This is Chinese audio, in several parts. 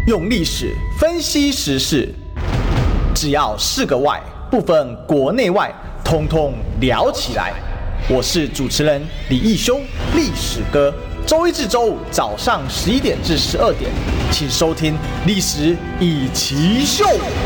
用历史分析时事，只要是个“外”，不分国内外，通通聊起来。我是主持人李义修，历史哥。周一至周五早上11点至12点，请收听《历史一起秀》。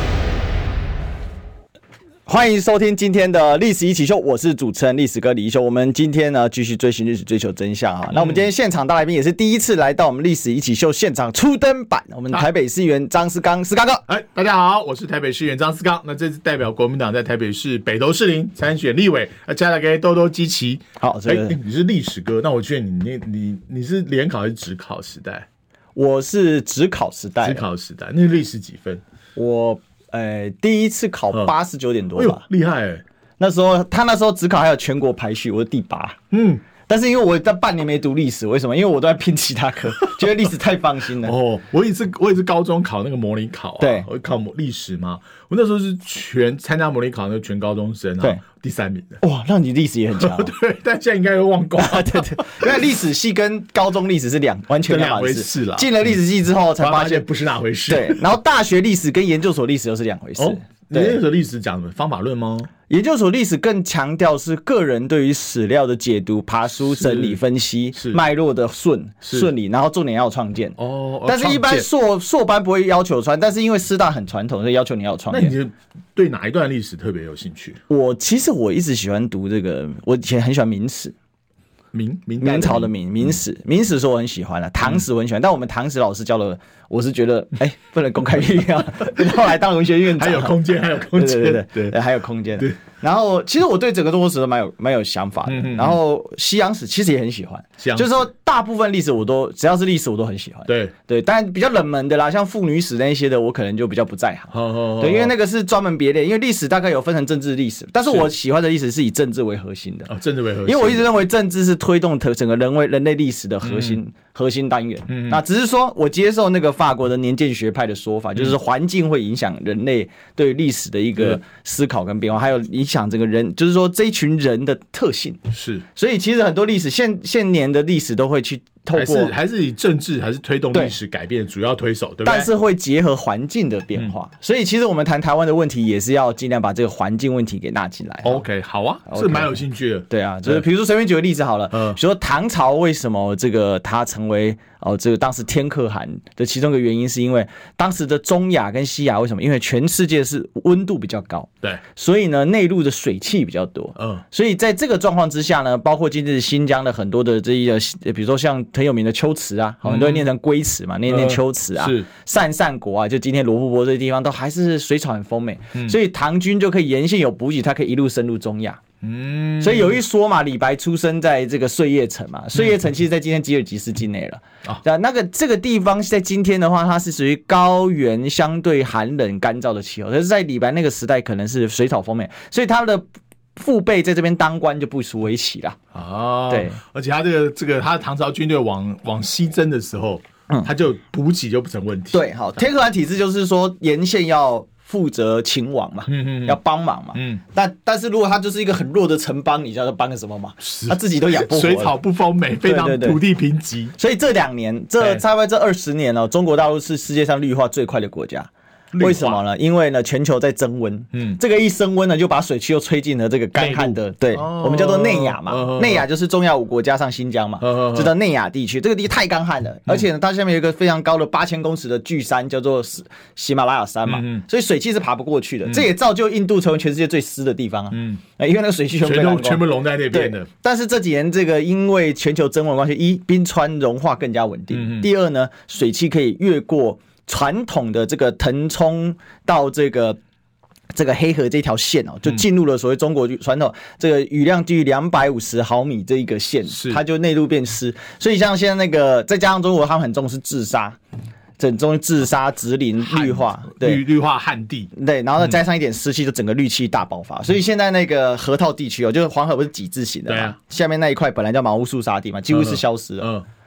欢迎收听今天的历史一起秀，我是主持人历史哥李一修。我们今天呢继续追寻历史，追求真相哈。那我们今天现场大来宾也是第一次来到我们历史一起秀现场初登版，我们台北市议员张思刚，思刚哥。 大家好，我是台北市议员张思刚。那这次代表国民党在台北市北投士林参选立委，加了给兜兜基奇。 好， 你是历史哥，那我觉得你是联考还是指考时代？ 我是指考时代。 指考时代，那历史几分？ 我第一次考89点多吧， 厉害哎！ 那时候指考还有全国排序，我是第8。但是因为我在半年没读历史，为什么？因为我都在拼其他科，觉得历史太放心了。 哦，我也是高中考那个模拟考对， 我考历史嘛。我那时候是参加模拟考那个全高中生对， 第3名的。 哇，那你历史也很强。 对，但现在应该都忘光了。 对，因为历史系跟高中历史是完全两回事了。 进了历史系之后才发现不是那回事。 对，然后大学历史跟研究所历史又是两回事。 研究所历史讲什么？方法论吗？ 研究所历史更强调是个人对于史料的解读、爬书、整理、分析、脉络的顺理，然后重点要有创建。但是一般硕班不会要求但是因为师大很传统，所以要求你要有创建。 那你对哪一段历史特别有兴趣？ 其实我一直喜欢读这个，我以前很喜欢明史。明朝的明史是我很喜欢的，唐史我很喜欢，但我们唐史老师教的，我是觉得不能公开运用，后来当文学院长还有空间， 对，还有空间。然后其实我对整个中国史都蛮有想法的，然后西洋史其实也很喜欢，就是说大部分历史只要是历史我都很喜欢。对，但比较冷门的啦，像妇女史那些的，我可能就比较不在行。对，因为那个是专门别类，因为历史大概有分成政治历史，但是我喜欢的历史是以政治为核心的。 政治为核心， 因为我一直认为政治是推动整个人类历史的核心单元。那只是说我接受那个法国的年鉴学派的说法，就是环境会影响人类对历史的一个思考跟变化，还有影响这个人，就是说这一群人的特性。 是，所以其实很多历史现年的历史都会去透过还是以政治还是推动历史改变主要推手，对不对？ 但是会结合环境的变化，所以其实我们谈台湾的问题也是要尽量把这个环境问题给纳进来。 OK， 好啊，这蛮有兴趣的。 对啊，就是比如说随便举个例子好了，比如说唐朝为什么这个它成为这个当时天可汗的其中一个原因，是因为当时的中亚跟西亚为什么？因为全世界是温度比较高， 对， 所以呢内陆的水汽比较多，所以在这个状况之下呢，包括今日新疆的很多的这一比如说像很有名的龟池啊，很多人念成龟池嘛，念龟池啊，鄯国啊，就今天罗布泊这些地方都还是水草很丰美，所以唐军就可以沿线有补给，它可以一路深入中亚。所以有一说嘛，李白出生在这个碎叶城嘛，碎叶城其实在今天吉尔吉斯境内了。这个地方在今天的话，它是属于高原相对寒冷干燥的气候，但是在李白那个时代可能是水草丰美，所以他的父辈在这边当官就不足为奇了。对， 而且他他唐朝军队往西征的时候，他就补给就不成问题。 对，好，天可汗体制就是说沿线要负责勤王嘛，要帮忙嘛，但是如果他就是一个很弱的城邦，你叫他帮个什么忙？他自己都养不活了， 水草不丰美，非常土地贫瘠。 所以这2年，大概这20年哦，中国大陆是世界上绿化最快的国家。为什么呢？因为呢，全球在增温，这个一升温呢，就把水汽又吹进了这个干旱的，对，我们叫做内亚嘛，内亚就是中亚5国加上新疆嘛，就叫内亚地区。这个地太干旱了，而且呢，它下面有一个非常高的8000公尺的巨山，叫做喜马拉雅山嘛，所以水汽是爬不过去的。这也造就印度成为全世界最湿的地方啊，因为那个水汽全部融在那边的。 但是这几年这个因为全球增温的关系，一冰川融化更加稳定，第二呢，水汽可以越过传统的这个腾冲到这个黑河这条线就进入了所谓中国传统这个雨量低于250毫米这一个线，它就内陆变湿。所以像现在那个再加上中国他们很重视治沙，整中治沙、植林、绿化，对， 绿化旱地， 对，然后再加上一点湿气，就整个绿气大爆发。所以现在那个河套地区就是黄河不是几字形的嘛，下面那一块本来叫毛乌素沙地嘛，几乎是消失了。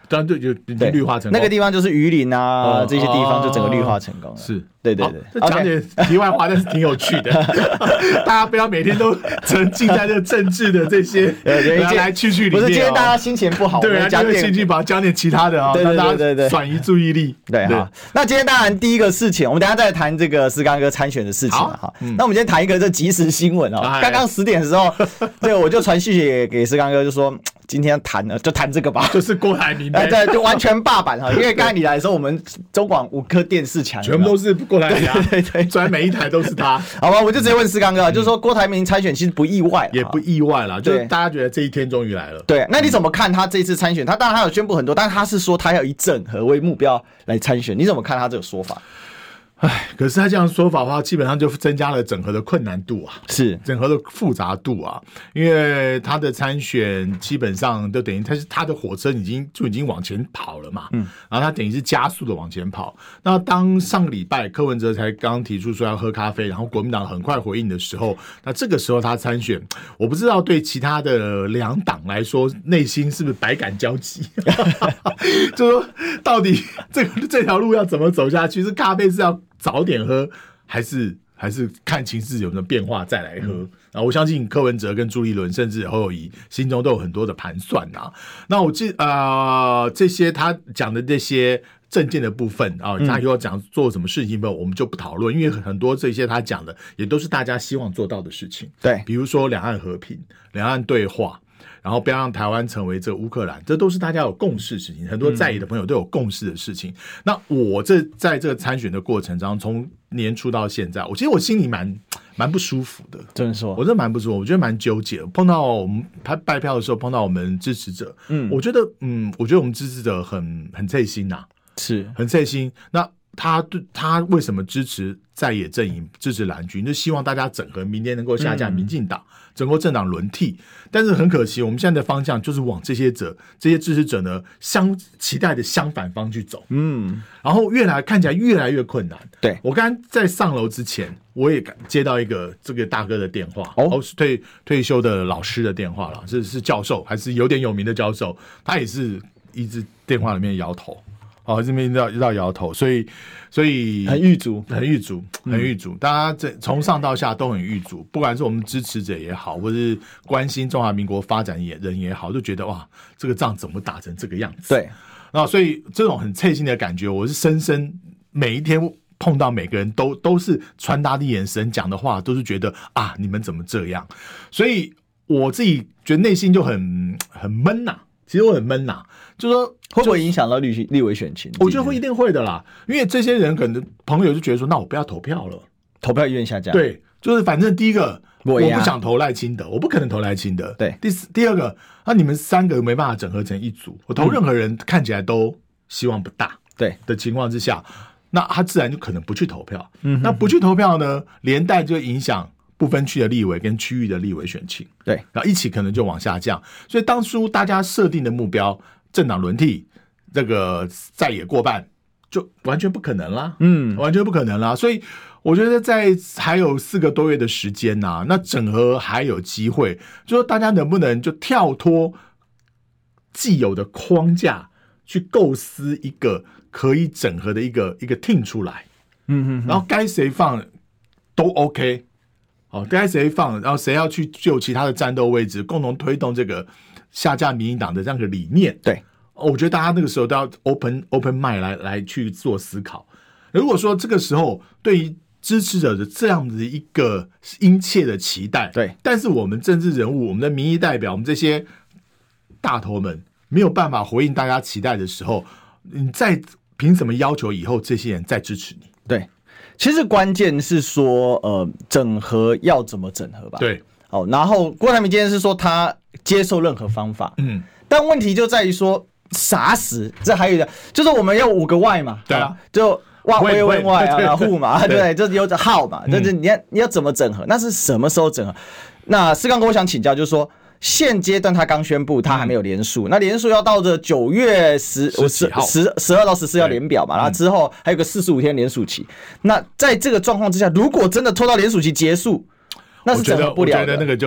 当然就已经绿化成功， 那个地方就是鱼林啊，这些地方就整个绿化成功了。 是， 对对对。 这讲点题外话，但是挺有趣的。大家不要每天都沉浸在这个政治的这些来来去去里面。 不是今天大家心情不好， 对啊，讲点兴趣吧，讲点其他的啊，让大家转移注意力。 对哈。那今天当然第一个事情，我们等一下再谈这个思刚哥参选的事情了哈。那我们今天谈一个这即时新闻哦。刚刚10点的时候，对，我就传讯息给思刚哥，就说今天谈了就谈这个吧， 就是郭台铭， 对，就完全霸版哈。因为刚才你来的时候，我们中广5颗电视墙全部都是郭台铭， 对， 转每一台都是他。 好吧，我就直接问思刚哥，就是说郭台铭参选其实不意外， 也不意外啦，就是大家觉得这一天终于来了。 对，那你怎么看他这次参选？他当然他有宣布很多，但是他是说他要以整合为目标来参选，你怎么看他这个说法？ 可是他这样说法的话，基本上就增加了整合的困难度啊， 是整合的复杂度啊，因为他的参选基本上都等于他的火车已经往前跑了嘛，然后他等于是加速的往前跑。那当上个礼拜柯文哲才刚提出说要喝咖啡，然后国民党很快回应的时候，那这个时候他参选，我不知道对其他的两党来说，内心是不是百感交集？就说到底这条路要怎么走下去？是咖啡是要早点喝，还是看情势有什么变化再来喝？我相信柯文哲跟朱立伦甚至侯友宜心中都有很多的盘算啊。那我这些他讲的这些政见的部分啊，他又讲做什么事情，我们就不讨论，因为很多这些他讲的也都是大家希望做到的事情。 对，比如说两岸和平、两岸对话。然后不要让台湾成为这个乌克兰，这都是大家有共识的事情，很多在野的朋友都有共识的事情。那我在这个参选的过程中，从年初到现在，其实我心里蛮不舒服的。 真的说， 我真的蛮不舒服，我觉得蛮纠结的。碰到我们拜票的时候，碰到我们支持者，我觉得我们支持者很贴心呐， 是很贴心。那他为什么支持在野阵营，支持蓝军，就希望大家整合，明年能够下架民进党，整个政党轮替。但是很可惜，我们现在的方向就是往这些支持者呢期待的相反方去走。然后看起来越来越困难。 对， 我刚刚在上楼之前，我也接到一个这个大哥的电话，是退休的老师的电话了，是教授，还是有点有名的教授，他也是一直电话里面摇头。这边一直到摇头，所以很郁卒， 大家从上到下都很郁卒，不管是我们支持者也好，或是关心中华民国发展人也好，就觉得哇，这个仗怎么打成这个样子？ 对， 所以这种很刺心的感觉，我是深深每一天碰到每个人都是传达的眼神，讲的话都是觉得啊，你们怎么这样？所以我自己觉得内心就很闷呐。其实我很闷呐，就说会不会影响到立委选情？ 我觉得一定会的啦，因为这些人可能朋友就觉得说，那我不要投票了， 投票意愿下降。 对，就是反正第一个我不想投赖清德，我不可能投赖清德。 对， 第二个，你们3个没办法整合成一组，我投任何人看起来都希望不大。 对的情况之下，那他自然就可能不去投票。那不去投票呢，连带就影响不分区的立委跟区域的立委选情， 对， 然后一起可能就往下降。所以当初大家设定的目标，政党轮替，这个在野过半，就完全不可能啦，完全不可能啦。所以我觉得在还有4个多月的时间呐，那整合还有机会，就说大家能不能就跳脱既有的框架，去构思一个可以整合的一个 team 出来，然后该谁放都 OK。该谁放，然后谁要去就其他的战斗位置，共同推动这个下架民进党的这样的理念。 对， 我觉得大家那个时候都要 open mind 来去做思考。如果说这个时候对于支持者的这样的一个殷切的期待， 对， 但是我们政治人物、我们的民意代表、我们这些大头们没有办法回应大家期待的时候，你再凭什么要求以后这些人再支持你？ 对。其实关键是说，整合要怎么整合吧？ 对， 然后郭台铭今天是说他接受任何方法，但问题就在于说傻死，这还有一个就是我们要5个 Y 嘛， 对啊， 就问 Y 啊，who 嘛，对，就是有着 how 嘛，就是你要怎么整合？那是什么时候整合？那思刚哥我想请教，就是说。现阶段他刚宣布他还没有联署，那联署要到这9月12到14要联表嘛，然后之后还有个45天联署期。那在这个状况之下，如果真的拖到联署期结束，那是整合不了的。 我觉得那个就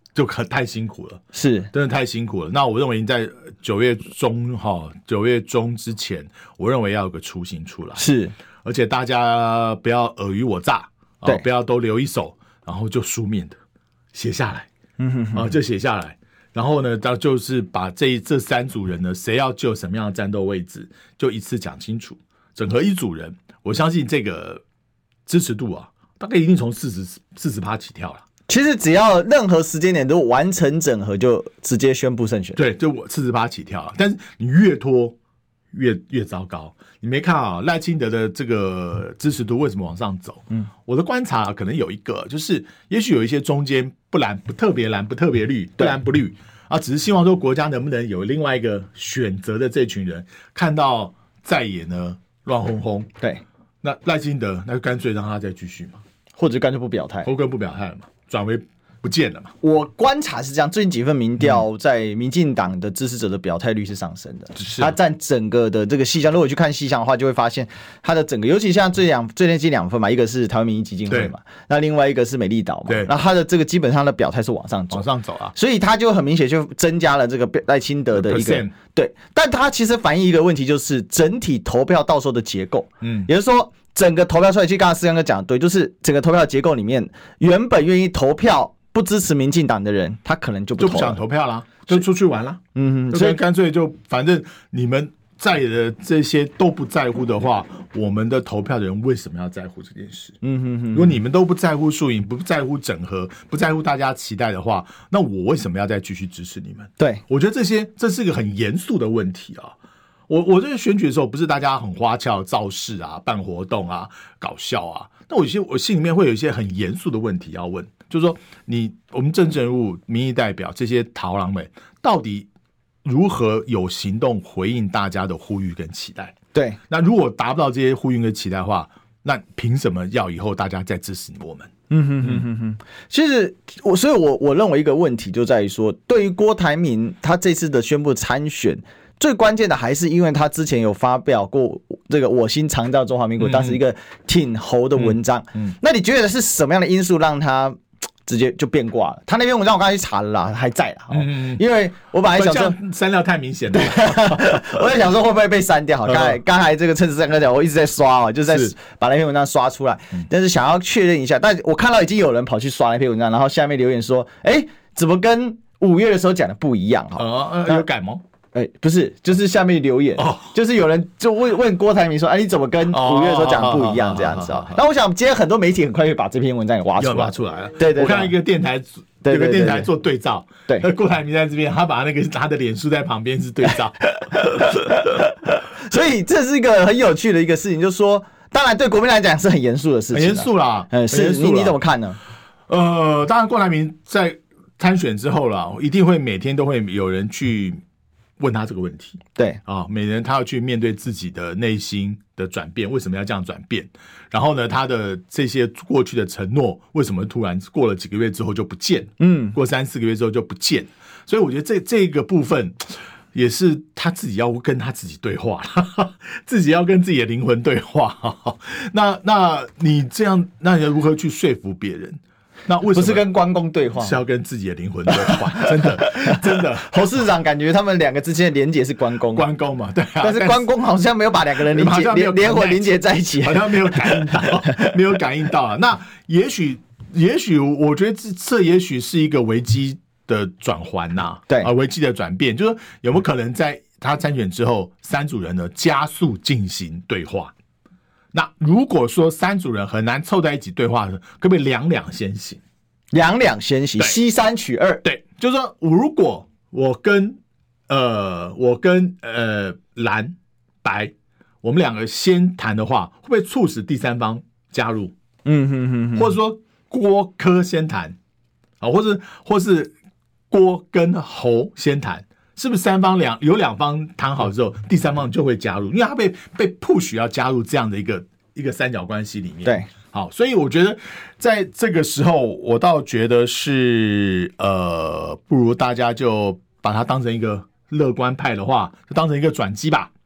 就太辛苦了， 是真的太辛苦了。那我认为在9月中之前，我认为要有个雏形出来， 是，而且大家不要尔虞我诈， 对， 不要都留一手，然后就书面的写下来，就写下来。然后呢，就是把这3组人呢，谁要就什么样的战斗位置，就一次讲清楚。整合一组人，我相信这个支持度啊，大概一定从40%起跳了。 其实只要任何时间点都完成整合，就直接宣布胜选。 对，就我40%起跳了。但是你越拖越糟糕。你没看啊，赖清德的这个支持度为什么往上走？我的观察可能有一个，就是也许有一些中间不特别蓝不特别绿，不蓝不绿啊，只是希望说国家能不能有另外一个选择的这群人，看到在野呢乱哄哄， 对， 那赖清德那就干脆让他再继续嘛， 或者干脆不表态， 或者不表态嘛，转为不见了嘛。 我观察是这样，最近几份民调在民进党的支持者的表态率是上升的，它占整个的这个细项。如果去看细项的话，就会发现它的整个，尤其像最近2份嘛，一个是台湾民意基金会嘛，那另外一个是美丽岛嘛，那它的这个基本上的表态是往上走啊，所以它就很明显就增加了这个赖清德的一个对，但它其实反映一个问题，就是整体投票到时候的结构，也就是说整个投票出来，其实刚才思刚哥讲的对，就是整个投票结构里面，原本愿意投票不支持民进党的人，他可能就不想投票啦，就出去玩啦。所以干脆就反正你们在的这些都不在乎的话，我们的投票的人为什么要在乎这件事？如果你们都不在乎输赢，不在乎整合，不在乎大家期待的话，那我为什么要再继续支持你们？ 对， 我觉得这是一个很严肃的问题啊。我在选举的时候，不是大家很花俏造势啊、办活动啊、搞笑啊，那我心里面会有一些很严肃的问题要问，就是说我们政治人物、民意代表这些桃郎们，到底如何有行动回应大家的呼吁跟期待？ 对， 那如果达不到这些呼吁跟期待的话，那凭什么要以后大家再支持我们？ 其实所以我认为一个问题就在于说，对于郭台铭他这次的宣布参选，最关键的还是因为他之前有发表过这个我心常照中华民国当时一个挺侯的文章，那你觉得是什么样的因素让他直接就变卦了？他那篇文章我刚才去查了啦，还在啦，因为我本来想说删掉太明显了， 我在想说会不会被删掉？刚才这个趁3哥讲，我一直在刷嘛，就是在把那篇文章刷出来，但是想要确认一下，但我看到已经有人跑去刷那篇文章，然后下面留言说，怎么跟5月的时候讲的不一样？ 有改吗？ 不是，就是下面留言，就是有人就问郭台铭说，你怎么跟5月的时候讲的不一样这样子啊？那我想今天很多媒体很快会把这篇文章给挖出来了。对， 我看到一个电台，有个电台做对照， 对， 郭台铭在这边，他把他的脸书在旁边是对照， 所以这是一个很有趣的一个事情，就是说，当然对国民来讲是很严肃的事情， 很严肃啦， 是你怎么看呢？ 当然郭台铭在参选之后啦，一定会每天都会有人去问他这个问题， 对啊，每人他要去面对自己的内心的转变，为什么要这样转变？然后呢，他的这些过去的承诺，为什么突然过了几个月之后就不见？过3-4个月之后就不见？所以我觉得这个部分也是他自己要跟他自己对话，自己要跟自己的灵魂对话。那你这样，那你要如何去说服别人？那为什么不是跟关公对话， 是要跟自己的灵魂对话？真的， 侯市长感觉他们两个之间的连结是关公嘛，对啊。 但是关公好像没有把两个人连魂连结在一起， 好像没有感应到，那也许我觉得这也许是一个危机的转换呐， 对危机的转变，就是说有没有可能在他参选之后，3组人呢加速进行对话？那如果说3组人很难凑在一起对话，可不可以两先行？ 西山取二。 对，就是说，如果我跟蓝白，我们两个先谈的话，会不会促使第三方加入？或者说郭柯先谈啊，或是郭跟侯先谈？是不是有两方谈好之后，第三方就会加入？因为他被 push 要加入这样的一个三角关系里面。 对， 好，所以我觉得在这个时候，我倒觉得是不如大家就把它当成一个乐观派的话，就当成一个转机吧。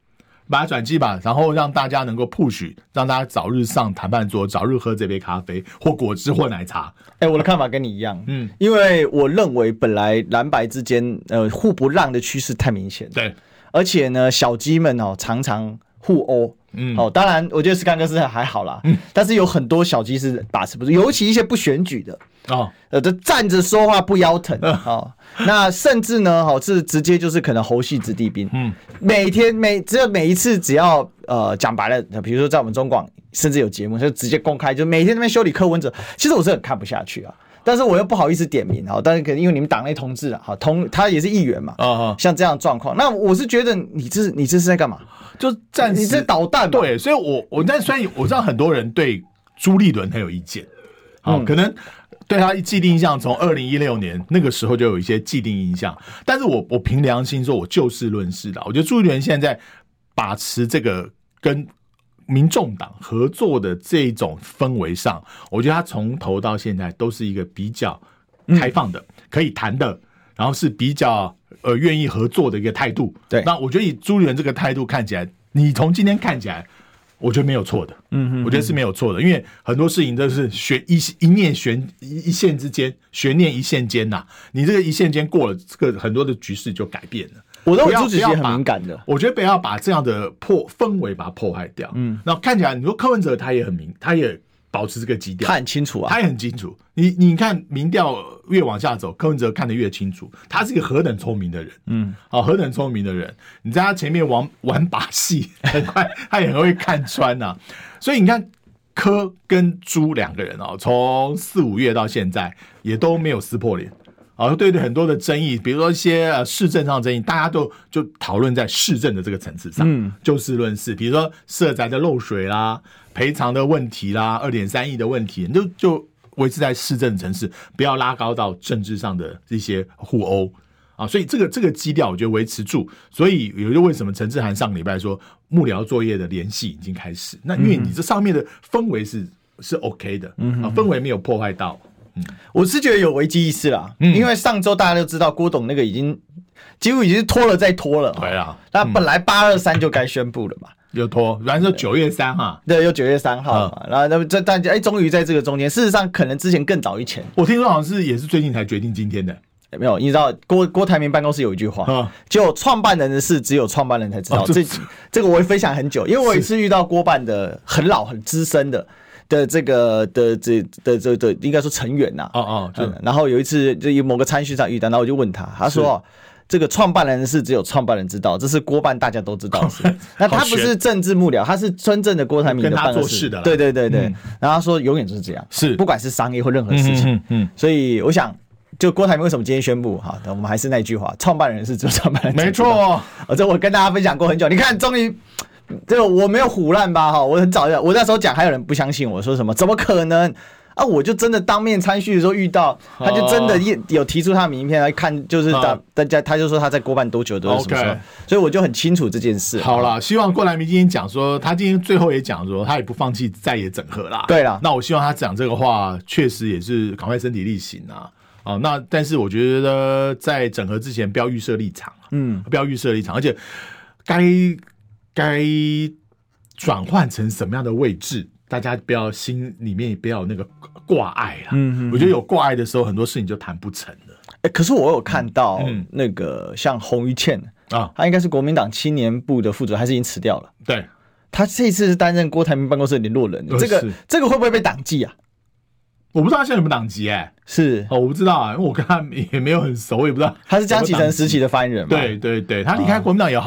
把它转机吧，然后让大家能够 push， 让大家早日上谈判桌，早日喝这杯咖啡或果汁或奶茶。 我的看法跟你一样，因为我认为本来蓝白之间互不让的趋势太明显， 对， 而且呢小鸡们常常互殴。当然，我觉得Scan哥是还好啦，但是有很多小鸡是把持不住，尤其一些不选举的这站着说话不腰疼那甚至呢是直接就是可能猴系子弟兵，每一次只要讲白了，比如说在我们中广甚至有节目就直接公开，就每天那边修理柯文哲，其实我是很看不下去啊。但是我又不好意思点名但是可能因为你们党内同志他也是议员嘛像这样的状况，那我是觉得你这是在干嘛？ 就暂时你这捣蛋嘛。 对，所以但虽然我知道很多人对朱立伦很有意见，可能对他既定印象从2016年那个时候就有一些既定印象，但是我凭良心说，我就事论事的，我觉得朱立伦现在把持这个跟民众党合作的这种氛围上，我觉得他从头到现在都是一个比较开放的、可以谈的，然后是比较愿意合作的一个态度。 对， 那我觉得以朱立伦这个态度看起来，你从今天看起来，我觉得没有错的。我觉得是没有错的，因为很多事情都是一念一线之间，悬念一线间呐。你这个一线间过了，这个很多的局势就改变了。 我认为朱主席很敏感的， 我觉得不要把这样的氛围把它破坏掉。那看起来你说柯文哲他也保持这个基调， 他很清楚啊， 他也很清楚。你看民调越往下走，柯文哲看得越清楚，他是一个何等聪明的人，何等聪明的人。你在他前面玩把戏，很快他也很会看穿呐。所以你看柯跟朱两个人从4、5月到现在也都没有撕破脸。对很多的争议，比如说一些市政上的争议，大家就讨论在市政的这个层次上，就事论事。比如说社宅的漏水啦、赔偿的问题啦、2.3亿的问题，你就维持在市政层次，不要拉高到政治上的这些互殴所以这个基调我觉得维持住。所以也就为什么陈志涵上个礼拜说幕僚作业的联系已经开始，那因为你这上面的氛围是 OK 的，氛围没有破坏到。 我是觉得有危机意识啦，因为上周大家都知道郭董那个几乎已经是拖了再拖了。 对啊， 那本来823就该宣布了嘛， 又拖，反正9月3号， 对，又9月3号嘛，然后那么这大家终于在这个中间，事实上可能之前更早以前，我听说好像也是最近才决定今天的。 没有，你知道郭台铭办公室有一句话，就创办人的事只有创办人才知道。这个我会分享很久，因为我也是遇到郭办的很老很资深的这个应该说成员呐，然后有一次就某个参叙上遇到，然后我就问他说这个创办人的事只有创办人知道，这是郭办大家都知道的事。那他不是政治幕僚，他是真正的郭台铭的办公室，跟他做事的。对，然后他说永远就是这样，是不管是商业或任何事情。所以我想，就郭台铭为什么今天宣布我们还是那句话，创办人是只有创办人知道。没错，这我跟大家分享过很久。你看，终于。这个我没有唬烂吧我很早我那时候讲还有人不相信我说什么怎么可能我就真的当面参叙的时候遇到他就真的有提出他的名片来看，就是大家他就说他在郭办多久都是什么时候，所以我就很清楚这件事。好啦，希望郭台铭今天讲说他今天最后也讲说他也不放弃在野整合啦。对啦，那我希望他讲这个话确实也是赶快身体力行那但是我觉得在整合之前不要预设立场不要预设立场，而且该转换成什么样的位置，大家不要心里面不要有那个挂碍啦。我觉得有挂碍的时候，很多事情就谈不成了。可是我有看到那个像洪于倩他应该是国民党青年部的副主任，还是已经辞掉了？对，他这次是担任郭台铭办公室的联络人，这个会不会被党纪啊？我不知道他现在有没有党籍是我不知道因为我跟他也没有很熟，我也不知道他是江启臣时期的发言人嘛。对，他离开国民党有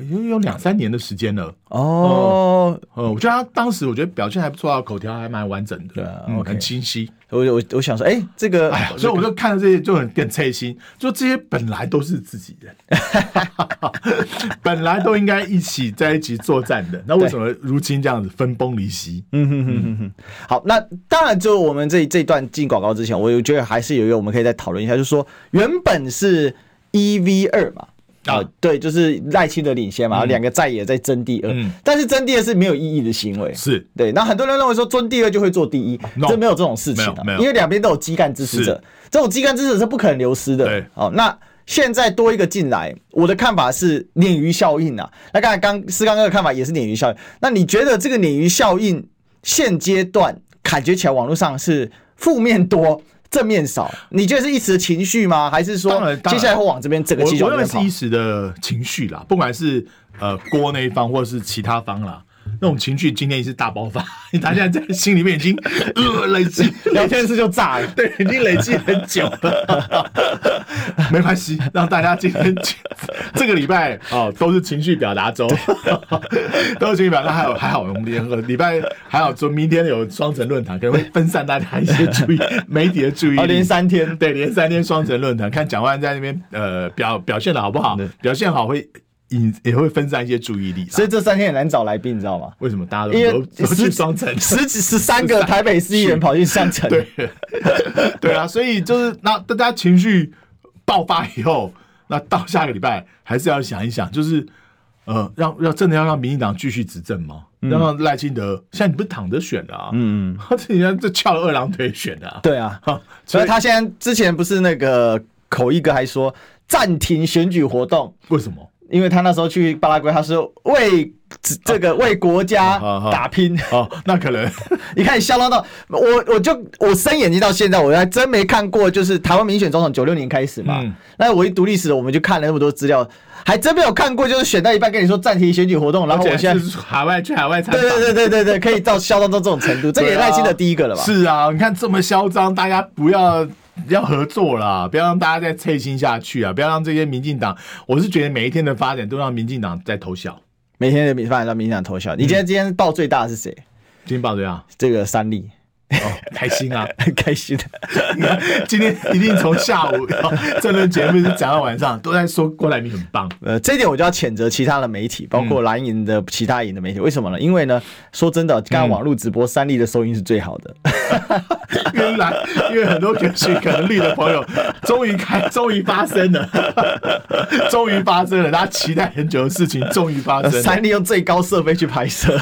2、3年的时间了。我觉得他当时表现还不错口条还蛮完整的，很清晰。我想说，这个，所以我就看到这些就很刺心，就这些本来都是自己人，本来都应该在一起作战的，那为什么如今这样子分崩离析？好，那当然，就我们这一段进广告之前，我觉得还是有一个我们可以再讨论一下，就是说原本是1v2嘛。对，就是赖清德领先嘛，两个在野在争第二，但是争第二是没有意义的行为，是对。那很多人认为说争第二就会做第一，这没有这种事情因为两边都有基干支持者，这种基干支持者是不可能流失的。那现在多一个进来，我的看法是鲶鱼效应啊。那刚才思刚哥的看法也是鲶鱼效应。那你觉得这个鲶鱼效应现阶段感觉起来网络上是负面多？正面少，你觉得是一时的情绪吗？还是说接下来会往这边整个基础？ 我认为是一时的情绪啦，不管是郭那一方或者是其他方啦，那种情绪今天也是大爆发，他现在在心里面已经累积， 聊天室就炸了， 对，已经累积很久了。没关系，让大家今天这个礼拜都是情绪表达周，都是情绪表达。还好，我们礼拜还好，说明天有双城论坛，可能会分散大家一些注意媒体的注意力。 连3天， 对，连3天双城论坛，看蒋万安在那边表现的好不好？表现好也会分散一些注意力， 所以这3天很难找来宾，你知道吗？ 为什么大家都去双城 ？13个台北市议员跑去双城， 对啊，所以就是那大家情绪爆发以后，那到下个礼拜还是要想一想，就是真的要让民进党继续执政吗？让赖清德现在你不是躺着选的啊？人家这翘了2郎腿选的啊。 对啊，所以他现在之前不是那个口译哥还说暂停选举活动， 为什么？ 因为他那时候去巴拉圭，他说为国家打拼那可能你看你嚣张到我深眼睛到现在，我还真没看过，就是台湾民选总统96年开始嘛，那我一读历史，我们就看了那么多资料，还真没有看过，就是选到一半跟你说暂停选举活动，然后我现在去海外参访， 对，可以到嚣张到这种程度，这个也赖清德第一个了吧？ 是啊，你看这么嚣张，大家不要合作啦，不要让大家再脆心下去啊！不要让这些民进党，我是觉得每一天的发展都让民进党在偷笑， 每天的发展让民进党偷笑。你今天报最大的是谁？ 今天报最大这个3例。 开心啊， 很开心的。 你看今天一定从下午这轮节目是讲到晚上，都在说郭台铭很棒。 这一点我就要谴责其他的媒体，包括蓝营的其他营的媒体。为什么呢？因为呢，说真的，刚刚网络直播3例的收音是最好的。 因为很多可能绿的朋友终于发生了，大家期待很久的事情终于发生了。 3例用最高设备去拍摄，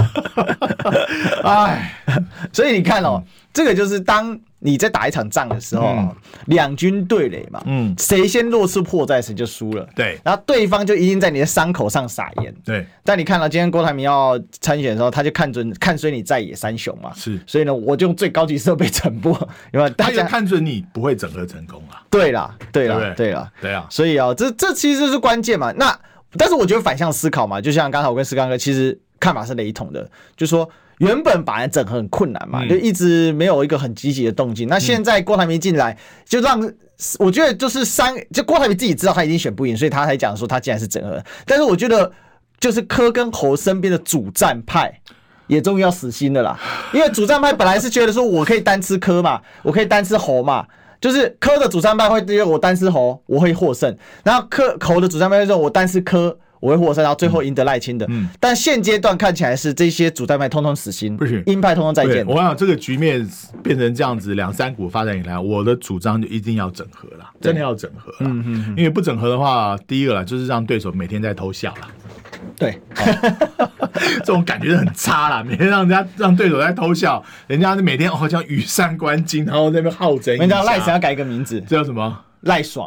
所以你看哦，这个就是当你在打一场仗的时候，两军对垒嘛，谁先落出破绽，谁就输了。 对， 然后对方就一定在你的伤口上撒盐。 对， 但你看到今天郭台铭要参选的时候，他就看衰你在野三雄嘛， 是， 所以呢，我就用最高级设备整播，有没有？ 他就看准你不会整合成功啊。 对啦，所以啊，这其实就是关键嘛。那但是我觉得反向思考嘛，就像刚才我跟思刚哥其实看法是雷同的，就说。原本把人整合很困难嘛，就一直没有一个很积极的动静。那现在郭台铭进来，就让我觉得就是就郭台铭自己知道他已经选不赢，所以他才讲说他既然是整合。但是我觉得就是柯跟侯身边的主战派也终于要死心了啦，因为主战派本来是觉得说我可以单吃柯嘛，我可以单吃侯嘛。就是柯的主战派会觉得我单吃侯我会获胜，然后侯的主战派会说我单吃柯我会获胜，然后最后赢得赖清德。但现阶段看起来是这些主战派通通死心，不行，鹰派通通再见。 我想这个局面变成这样子，2-3股发展以来，我的主张就一定要整合啦，真的要整合啦。因为不整合的话，第一个啦就是让对手每天在偷笑啦。 对， 这种感觉很差啦，每天让对手在偷笑，人家每天好像羽扇纶巾，然后在那边好整一下。 人家赖神要改一个名字， 这叫什么？ 赖爽，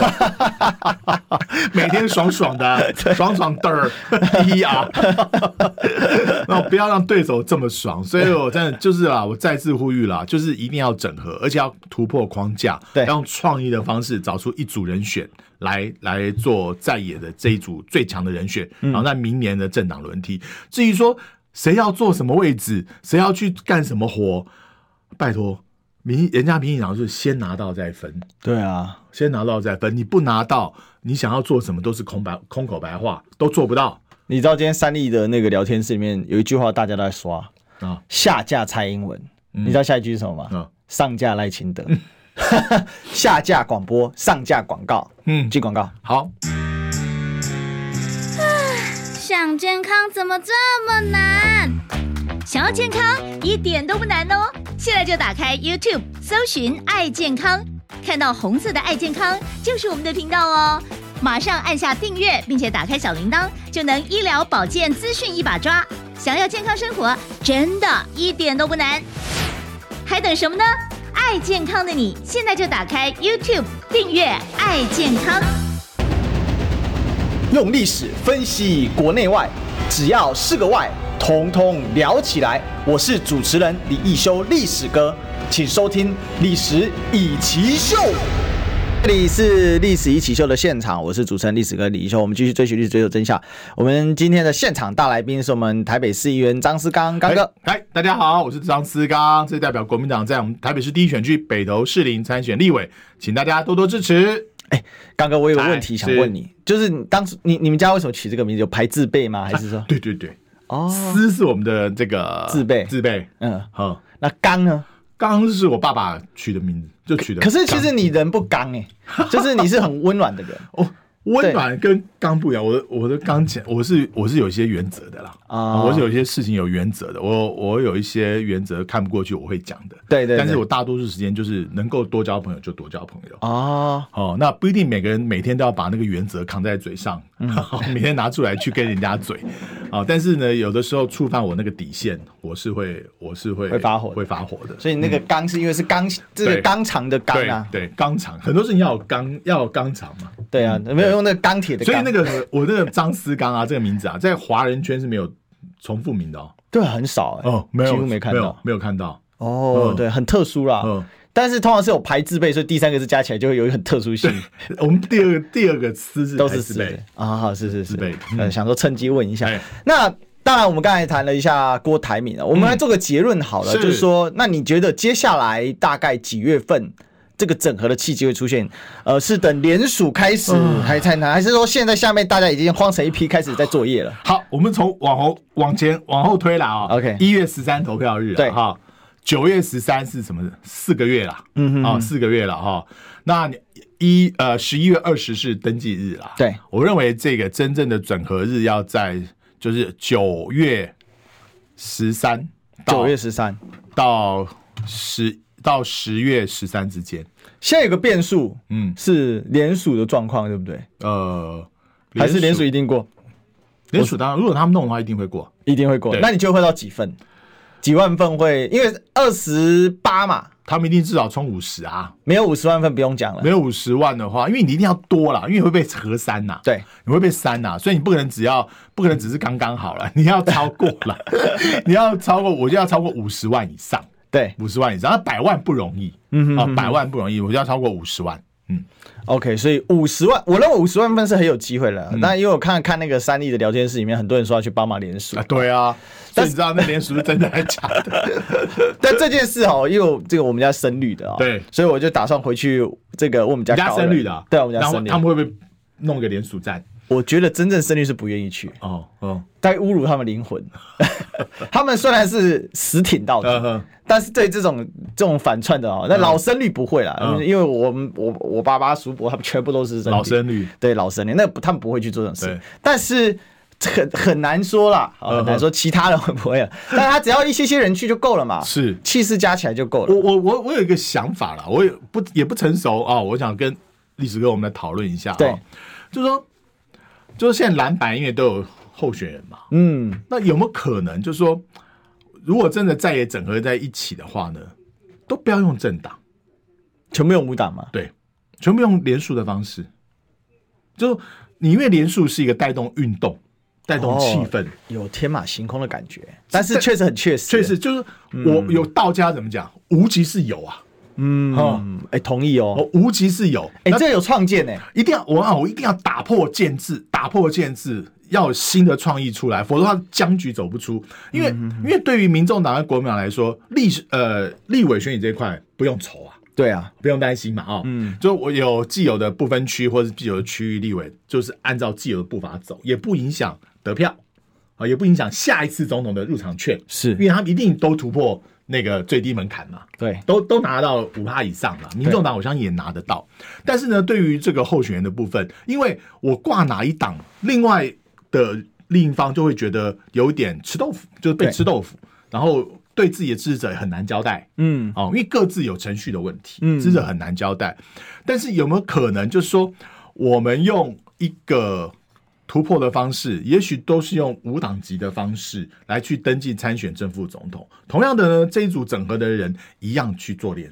每天爽爽的，爽爽的那不要让对手这么爽，所以我真的就是啦，我再次呼吁啦，就是一定要整合，而且要突破框架，要用创意的方式找出一组人选来做在野的这一组最强的人选，然后在明年的政党轮替。至于说谁要做什么位置，谁要去干什么活，拜托。人家民进党是先拿到再分， 对啊， 先拿到再分，你不拿到，你想要做什么都是空口白话，都做不到。 你知道今天3立的那个聊天室里面有一句话大家都在刷啊，下架蔡英文，你知道下一句是什么吗？上架赖清德，下架广播，上架广告，进广告。 好， 想健康怎么这么难？想要健康一点都不难哦！现在就打开 YouTube 搜寻爱健康，看到红色的爱健康就是我们的频道哦。马上按下订阅，并且打开小铃铛，就能医疗保健资讯一把抓。想要健康生活，真的一点都不难，还等什么呢？爱健康的你，现在就打开 YouTube 订阅爱健康。 用历史分析国内外，只要是个“外”，统统聊起来。我是主持人李义修，历史哥，请收听《历史一起秀》。这里是历史一起秀的现场，我是主持人历史哥李义修。我们继续追寻历史，追求真相。我们今天的现场大来宾是我们台北市议员张思刚，刚哥。 嗨，大家好，我是张思刚，这代表国民党在我们台北市第一选区北投士林参选立委，请大家多多支持。 刚哥，我有个问题想问你，就是当初你们家为什么取这个名字？有排字辈吗？还是说？ 对，思是我们的这个字辈， 好。 那刚呢？ 刚是我爸爸取的名字，就取的。 可是其实你人不刚就是你是很温暖的人哦。温暖跟刚不一样，我的刚讲，我是有一些原则的啦，我是有一些事情有原则的，我有一些原则看不过去我会讲的，对，但是我大多数时间就是能够多交朋友就多交朋友那不一定每个人每天都要把那个原则扛在嘴上，每天拿出来去跟人家嘴但是呢，有的时候触犯我那个底线，我是会发火的， 所以那个刚是因为是刚这个刚肠的刚啊， 对，刚肠，很多事情要有刚肠嘛， 对啊，没有用那个钢铁的钢， 所以那个我那个张思刚啊，这个名字啊，在华人圈是没有重复名的对，很少几乎没看到， 没有看到对，很特殊啦。但是通常是有排字辈，所以第三个字加起来就会有一个很特殊性。 我们第二个思是都是字辈好，是字辈，想说趁机问一下。那当然，我们刚才谈了一下郭台铭我们来做个结论好了，就是说，那你觉得接下来大概几月份？这个整合的契机会出现，是等联署开始还才谈，还是说现在下面大家已经慌成一批开始在作业了？ 好，我们从往后推啦 OK， 1月13投票日对哈，9月13是什么？4个月啦，4个月了哈。那11月20是登记日啦。 对， 我认为这个真正的整合日要在就是9月13到10月13之间。 现在有个变数，是联署的状况，对不对？还是联署一定过？ 联署当然，如果他们弄的话，一定会过， 那你就会到几份？几万份会？因为28嘛， 他们一定至少冲50啊。 没有50万份不用讲了。 没有50万的话，因为你一定要多啦，因为你会被核删呐。 对， 你会被删呐，所以你不可能只是刚刚好了，你要超过了，我就要超过50万以上。对，50万以上，那100万不容易，100万不容易，我就要超过50万。 OK， 所以50万，我认为50万份是很有机会的。那因为我看那个3立的聊天室里面，很多人说要去帮忙联署对啊，但你知道那联署是真的还是假的？ 但这件事因为这个我们家深绿的对， 所以我就打算回去这个问我们家深绿的， 对，我们家深绿， 他们会不会弄个联署站？ 我觉得真正深绿是不愿意去在侮辱他们灵魂。他们虽然是死挺到底，但是对这种反串的那老深绿不会啦，因为我爸爸叔伯他们全部都是老深绿， 对老深绿，那他们不会去做这种事。但是很难说啦，很难说其他人会不会但他只要一些人去就够了嘛，是气势加起来就够了。 我有一个想法啦，我也不成熟我想跟历史哥我们来讨论一下。对，就是现在蓝白因为都有候选人嘛，那有没有可能就是说，如果真的再也整合在一起的话呢，都不要用政党， 全部用无党嘛？ 对，全部用联署的方式，就你因为联署是一个带动运动、带动气氛， 有天马行空的感觉，但是确实很确实就是我有道家怎么讲，无即是有啊。 同意无即是有， 这有创建一定要我一定要打破建制，要有新的创意出来，否则的话僵局走不出。因为对于民众党和国民党来说，立委选举这一块不用愁啊， 对啊， 不用担心嘛就我有既有的不分区或是既有的区域立委，就是按照既有的步伐走，也不影响得票也不影响下一次总统的入场券，是因为他们一定都突破那个最低门槛嘛，对，都拿到5%以上了，民众党我相信也拿得到。但是呢，对于这个候选人的部分，因为我挂哪一党，另一方就会觉得有一点吃豆腐，就是被吃豆腐，然后对自己的支持者很难交代，因为各自有程序的问题，支持者很难交代。但是有没有可能，就是说我们用一个突破的方式，也许都是用无党籍的方式来去登记参选正副总统。同样的呢，这一组整合的人一样去做联署，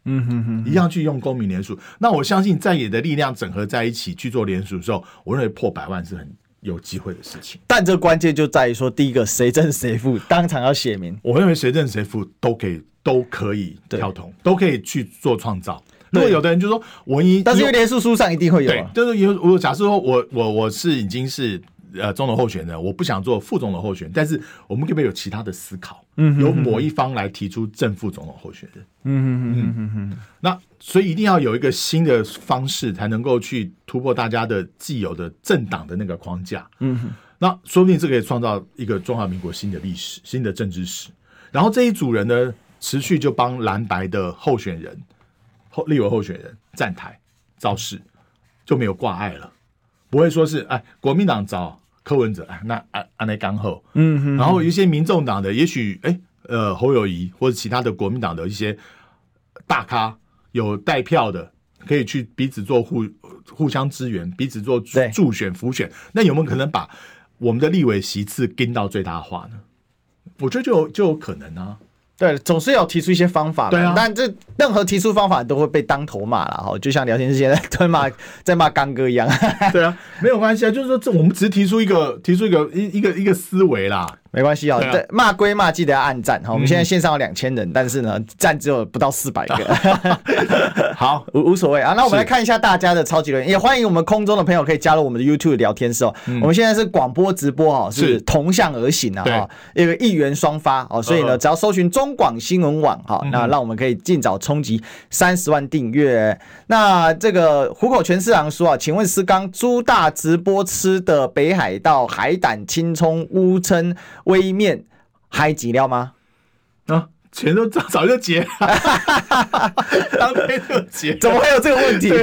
一样去用公民联署。那我相信在野的力量整合在一起去做联署的时候，我认为破100万是很有机会的事情。 但这关键就在于说，第一个谁正谁负，当场要写明。 我认为谁正谁负都可以跳通，都可以去做创造。如果有的人就说但是因为联署书上一定会有、 对，就是我假设说我已经是总统候选人，我不想做副总统候选人，但是我们可不可以有其他的思考？由某一方来提出正副总统候选人。那所以一定要有一个新的方式，才能够去突破大家的既有的政党的那个框架。那说不定这可以创造一个中华民国新的历史、新的政治史。然后这一组人呢，持续就帮蓝白的候选人、立委候选人站台造势，就没有挂碍了，不会说是国民党找柯文哲，那那刚好，然后有一些民众党的，也许侯友宜或者其他的国民党的一些大咖有带票的，可以去彼此做互相支援，彼此做助选辅选，那有没有可能把我们的立委席次跟到最大化呢？我觉得就有可能啊。 对，总是要提出一些方法嘛。 对啊， 但这任何提出方法都会被当头骂啦，就像聊天室现在在骂刚哥一样。 对啊，没有关系啊，就是说我们只是提出一个思维啦。 没关系啊，对，骂归骂，记得要按赞。我们现在线上有2000人，但是呢，赞只有不到400个。 好， 无所谓啊。那我们来看一下大家的超级留言，也欢迎我们空中的朋友可以加入我们的 YouTube 聊天室哦。我们现在是广播直播是同向而行啊，一个一元双发哦，所以呢，只要搜寻中广新闻网那让我们可以尽早冲击30万订阅。那这个虎口全市长说请问思刚猪大直播吃的北海道海胆、青葱、乌蛏、微面嗨几料吗？ 钱都早就结了，当天就结， 怎么会有这个问题？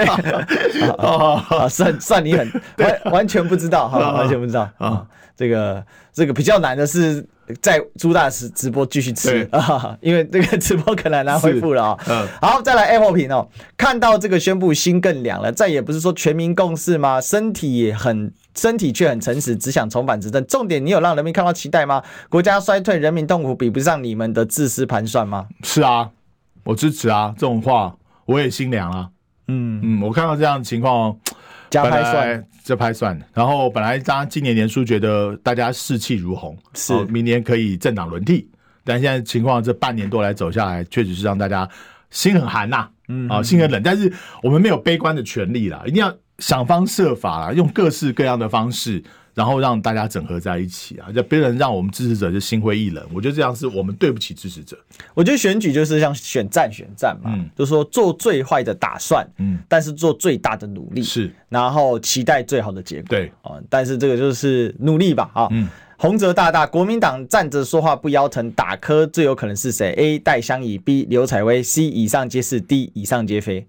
算你很完全不知道完全不知道啊。这个比较难的是在猪大直播继续吃因为这个直播可能难恢复了好，再来 Apple 评看到这个宣布心更凉了，再也不是说全民共识吗？身体却很诚实，只想重返执政。重点，你有让人民看到期待吗？国家衰退，人民痛苦，比不上你们的自私盘算吗？ 是啊，我支持啊，这种话我也心凉啊。我看到这样的情况， 加拍算， 然后本来今年年初觉得大家士气如虹，是明年可以政党轮替，但现在情况这半年多来走下来，确实是让大家心很寒呐，心很冷。但是我们没有悲观的权利啦，一定要想方设法啦，用各式各样的方式，然后让大家整合在一起啊，就别人让我们支持者就心灰意冷。我觉得这样是我们对不起支持者。 我觉得选举就是像选战嘛，就是说做最坏的打算，但是做最大的努力，是，然后期待最好的结果。对但是这个就是努力吧洪哲大，国民党站着说话不腰疼，打柯最有可能是谁 ？A. 戴相仪 ，B. 刘采薇 ，C. 以上皆是 ，D. 以上皆非。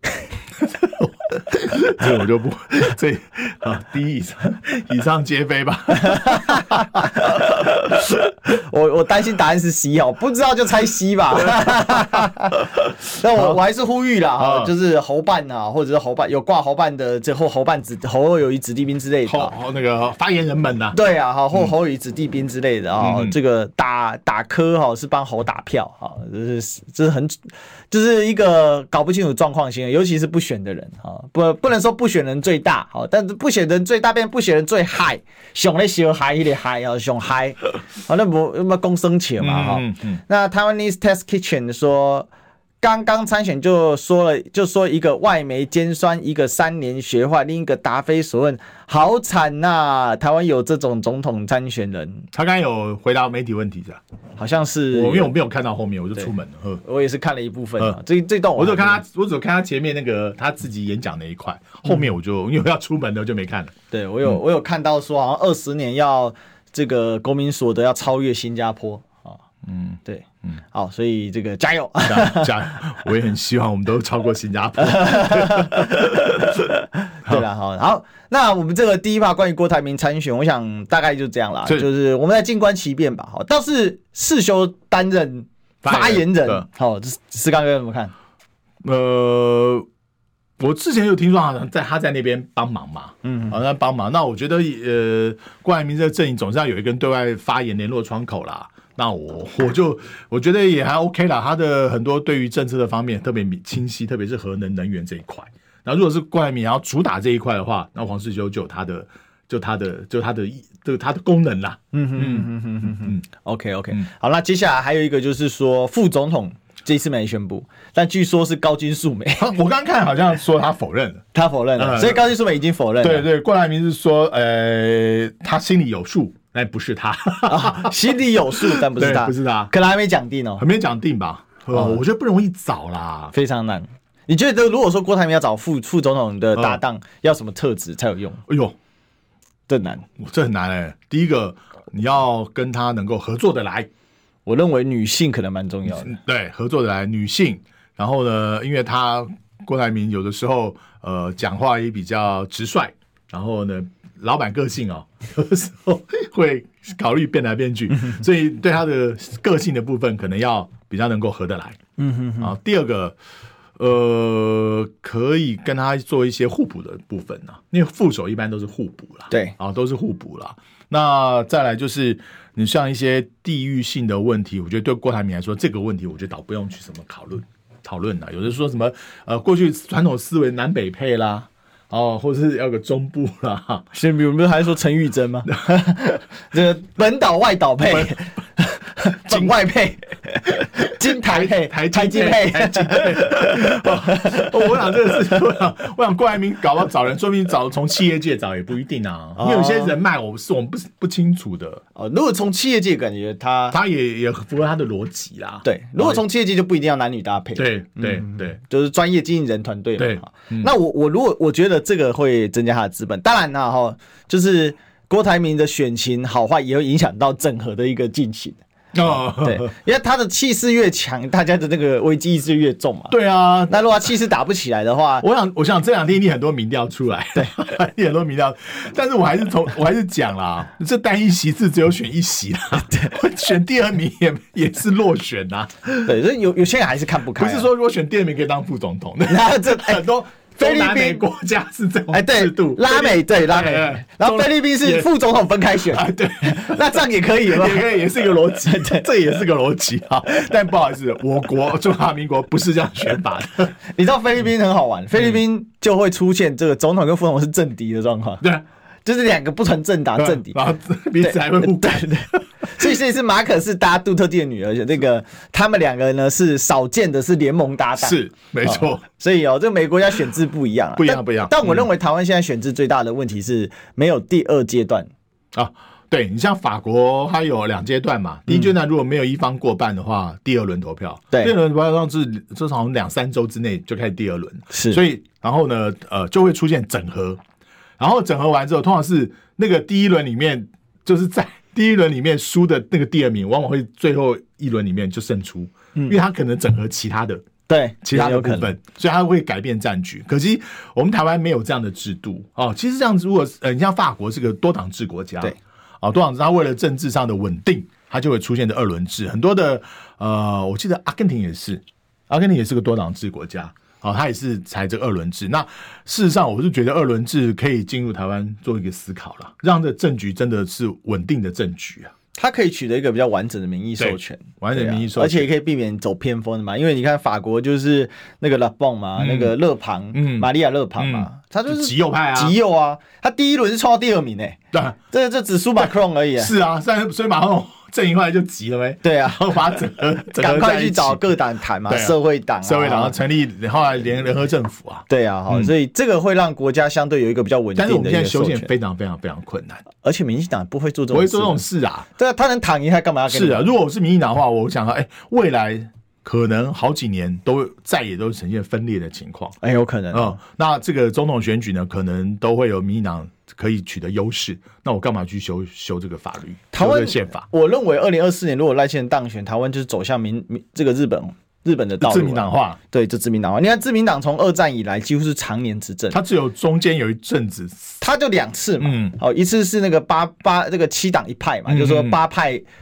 这我就不第一以上皆非吧。 我担心答案是 C 不知道就猜 C 吧。但我还是呼吁啦就是侯办或者是侯办有挂侯办的，这后侯办侯友宜子弟兵之类的那个发言人们呐， 对啊或侯友宜子弟兵之类的这个打柯是帮侯打票这是很就是一个搞不清楚状况型的，尤其是不选的人不能说不选人最大但是不选人最大变不选人最嗨，熊在小嗨一点嗨熊嗨那不公生气嘛那 Taiwanese Test Kitchen 说刚刚参选就说一个外媒尖酸，一个3年学坏，另一个答非所问，好惨呐！台湾有这种总统参选人。 他刚才有回答媒体问题是吧？ 好像是因为我没有看到后面，我就出门了。 我也是看了一部分这段我只有看他前面那个他自己演讲那一块，后面我就因为要出门了就没看了。 对，我有看到说好像20年要这个国民所得要超越新加坡对。好，所以这个加油， 加油！我也很希望我们都超过新加坡。 对了，好，那我们这个第一趴关于郭台铭参选，我想大概就这样啦，就是我们来静观其变吧。倒是世修担任发言人，好，思刚哥怎么看？ 我之前有听说好像他在那边帮忙嘛，好像帮忙。那我觉得郭台铭这个阵营总是要有一个人对外发言联络窗口啦。 那我觉得也还 OK 啦，他的很多对于政策的方面特别清晰，特别是核能源这一块。那如果是郭台铭要主打这一块的话，那黄士修就有他的功能啦。 OK， 好，那接下来还有一个就是说副总统这一次没宣布，但据说是高金素梅。 我刚看好像说他否认了， 所以高金素梅已经否认了。 对，郭台铭是说他心里有数。但不是他心里有数，但不是他， 不是他， 可能还没讲定哦， 还没讲定吧？我觉得不容易找啦， 非常难。你觉得如果说郭台铭要找副总统的搭档，要什么特质才有用？ 哎呦， 这难， 这很难第一个，你要跟他能够合作的来。 我认为女性可能蛮重要的， 对，合作的来，女性。然后呢，因为郭台铭有的时候讲话也比较直率，然后呢。老板个性有的时候会考虑变来变去，所以对他的个性的部分可能要比较能够合得来。第二个，可以跟他做一些互补的部分因为副手一般都是互补啦， 对都是互补啦。那再来就是你像一些地域性的问题，我觉得对郭台铭来说，这个问题我觉得倒不用去什么讨论啦。有的说什么过去传统思维南北配啦。或者是要个中部啦， 现在我们还说陈玉珍吗？这个本岛外岛配，境外配，金台配，台金配。 我想这个是，我想郭台铭搞到找人，说不定从企业界找也不一定因为有些人脉我们不清楚的。 如果从企业界，感觉他也符合他的逻辑啦。 对，如果从企业界就不一定要男女搭配。 对， 就是专业经纪人团队嘛。 对， 那我觉得这个会增加他的资本。当然啦，就是郭台铭的选情好坏也会影响到整合的一个进行。对，因为他的气势越强，大家的那个危机意识越重嘛。 对啊， 那如果他气势打不起来的话， 我想这两天一定很多民调出来，对，很多民调，但是我还是讲啦，这单一席次只有选一席啦，选第二名也是落选啦。 对，所以有些人还是看不开， 不是说如果选第二名可以当副总统，那这很多。菲律宾国家是这种制度， 拉美，然后菲律宾是副总统分开选， 对， 那这样也可以吗？ 也可以，也是一个逻辑，这也是个逻辑但不好意思，我国中华民国不是这样选法的。 你知道菲律宾很好玩，菲律宾就会出现这个总统跟副总统是政敌的状况， 对， 就是两个不同政党政敌， 然后彼此还会互干。 所以是马可是搭杜特地的女儿，那个他们两个呢是少见的是联盟搭档， 是没错。 所以这个每个国家选制不一样， 不一样。 但我认为台湾现在选制最大的问题是没有第二阶段对，你像法国，它有2阶段嘛。第一阶段如果没有一方过半的话，第二轮投票。 对， 第二轮投票至少2-3周之内就开始第二轮。 是， 所以然后呢，就会出现整合。然后整合完之后，通常是那个第一轮里面，就是在第一轮里面输的那个第二名，往往会最后一轮里面就胜出，因为他可能整合其他的。 对， 其他的部分，所以它会改变战局。可惜我们台湾没有这样的制度其实这样子，如果你像法国是个多党制国家， 对多党制，它为了政治上的稳定，它就会出现的2轮制。很多的我记得阿根廷也是个多党制国家。它也是采这个2轮制。那事实上，我是觉得2轮制可以进入台湾做一个思考了，让这政局真的是稳定的政局它可以取得一个比较完整的民意授权， 完整的民意授权， 而且也可以避免走偏锋的嘛。因为你看法国就是那个勒邦嘛，那个勒庞，玛利亚勒庞嘛，他就是极右派极右啊，他第一轮是冲到第2名对，这只输马克龙而已是啊，所以马上阵营后来就急了呗。 对啊， 然后把它赶快去找各党谈嘛，社会党成立，后来联合政府对啊，所以这个会让国家相对有一个比较稳定的一个授权。 但是我们现在修宪非常非常非常困难， 而且民进党不会做这种事啊。 对啊，他能躺赢他干嘛要跟你？ 是啊，如果我是民进党的话，我想到未来可能好几年都呈现分裂的情况， 有可能那这个总统选举呢，可能都会有民进党可以取得优势，那我干嘛去修这个法律？台湾宪法， 我认为2024年如果赖清德当选，台湾就是走向这个日本的道路， 自民党化。 对，就自民党化。你看自民党从2战以来几乎是常年执政， 它只有中间有一阵子， 它就2次嘛，一次是那个这个7党1派嘛，就是说8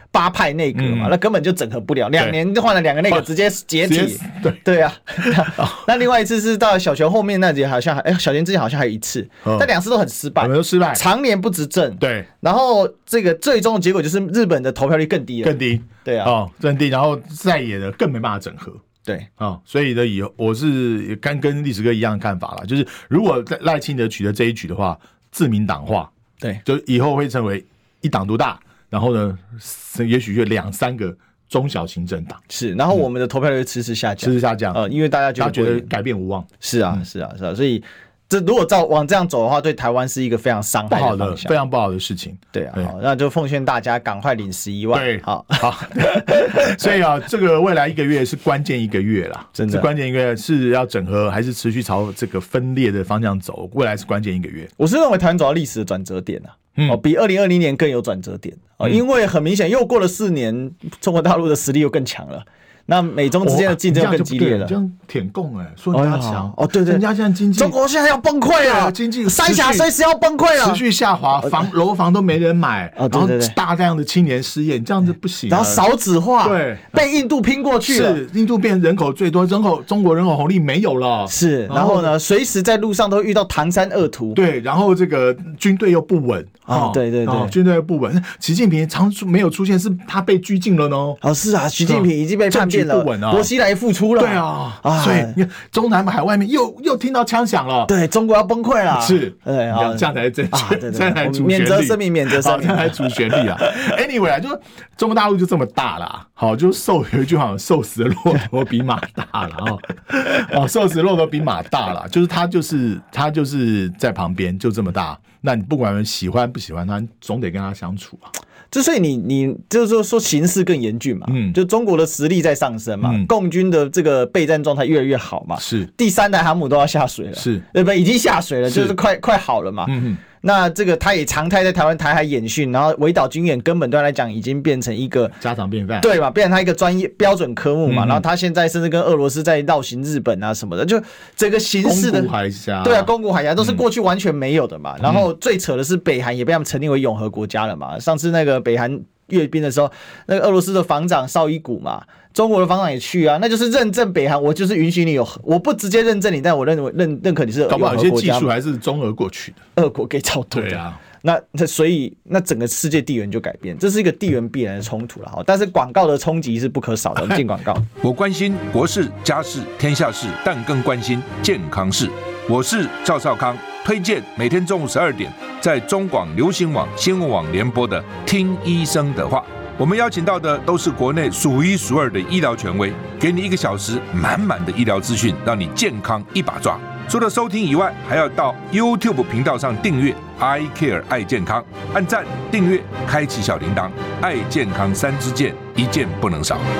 8派内阁嘛，那根本就整合不了，2年就换了2个内阁，直接解体。对啊，那另外一次是到小泉后面那里，好像小泉之前好像还有一次，但2次都很失败， 都失败， 常年不执政。 对， 然后这个最终的结果就是日本的投票率更低了， 更低。对啊，更低，然后在野的更没办法整合。 对所以呢，以后我是跟历史哥一样的看法啦，就是如果赖清德取得这一局的话，自民党化， 对， 就以后会成为一党独大，然后呢，也许就2-3个中小型政党是，然后我们的投票率迟迟下降，因为大家觉得改变无望。 是啊，所以。这如果往这样走的话，对台湾是一个非常伤害的方向， 非常不好的事情。 对啊，好，那就奉劝大家赶快领11万。 对，好。所以这个未来1个月是关键1个月啦，真的，关键1个月是要整合，还是持续朝这个分裂的方向走？未来是关键1个月。 我是认为台湾走到历史的转折点比2020年更有转折点因为很明显又过了4年，中国大陆的实力又更强了。那美中之间的竞争更激烈了， 这样舔共说人家强对， 人家现在经济， 中国现在要崩溃了， 经济三峡随时要崩溃了， 持续下滑，楼房都没人买，然后大量的青年失业，这样子不行， 然后少子化，对，被印度拼过去了， 是印度变人口最多，中国人口红利没有了， 是，然后呢，随时在路上都遇到唐山恶徒， 对，然后这个军队又不稳对， 军队又不稳，习近平没有出现，是他被拘禁了呢， 是啊，习近平已经被叛变了，薄熙来复出了， 对啊，所以你看中南海外面又听到枪响了， 对，中国要崩溃了， 是，这样才是正确，这样才主旋律， 免责声明， 这样才主旋律啊。Anyway 就中国大陆就这么大啦，好，就有一句话，瘦死的骆驼比马大了瘦死的骆驼比马大了，就是他就是在旁边就这么大，那你不管喜欢不喜欢他，总得跟他相处啊。 所以你就是说形势更严峻嘛，就中国的实力在上升嘛，共军的这个备战状态越来越好嘛， 是第3代航母都要下水了， 是已经下水了，就是快好了嘛。那这个他也常态在台湾台海演训，然后围岛军演根本对他来讲已经变成一个家常便饭， 对嘛，变成他一个专业标准科目嘛。然后他现在甚至跟俄罗斯在绕行日本啊什么的，就整个形势的宫古海峡， 对啊，宫古海峡都是过去完全没有的嘛。然后最扯的是北韩也被他们承定为永和国家了嘛。上次那个北韩阅兵的时候，那个俄罗斯的防长绍伊古嘛，中国的防长也去啊，那就是认证北韩，我就是允许你我不直接认证你，但我认可你是永和国家。搞不好有些技术还是中俄过去的， 俄国给超多的。 对啊。 所以整个世界地缘就改变，这是一个地缘必然的冲突了。但是广告的冲击是不可少的。我们进广告。 我关心国事、家事、天下事，但更关心健康事。我是赵少康，推荐每天中午12点在中广流行网、新闻网联播的《听医生的话》。我们邀请到的都是国内数一数二的医疗权威，给你1个小时满满的医疗资讯，让你健康一把抓。除了收听以外，还要到 YouTube 频道上订阅 I Care 爱健康，按赞、订阅、开启小铃铛，爱健康3支箭，一件不能少。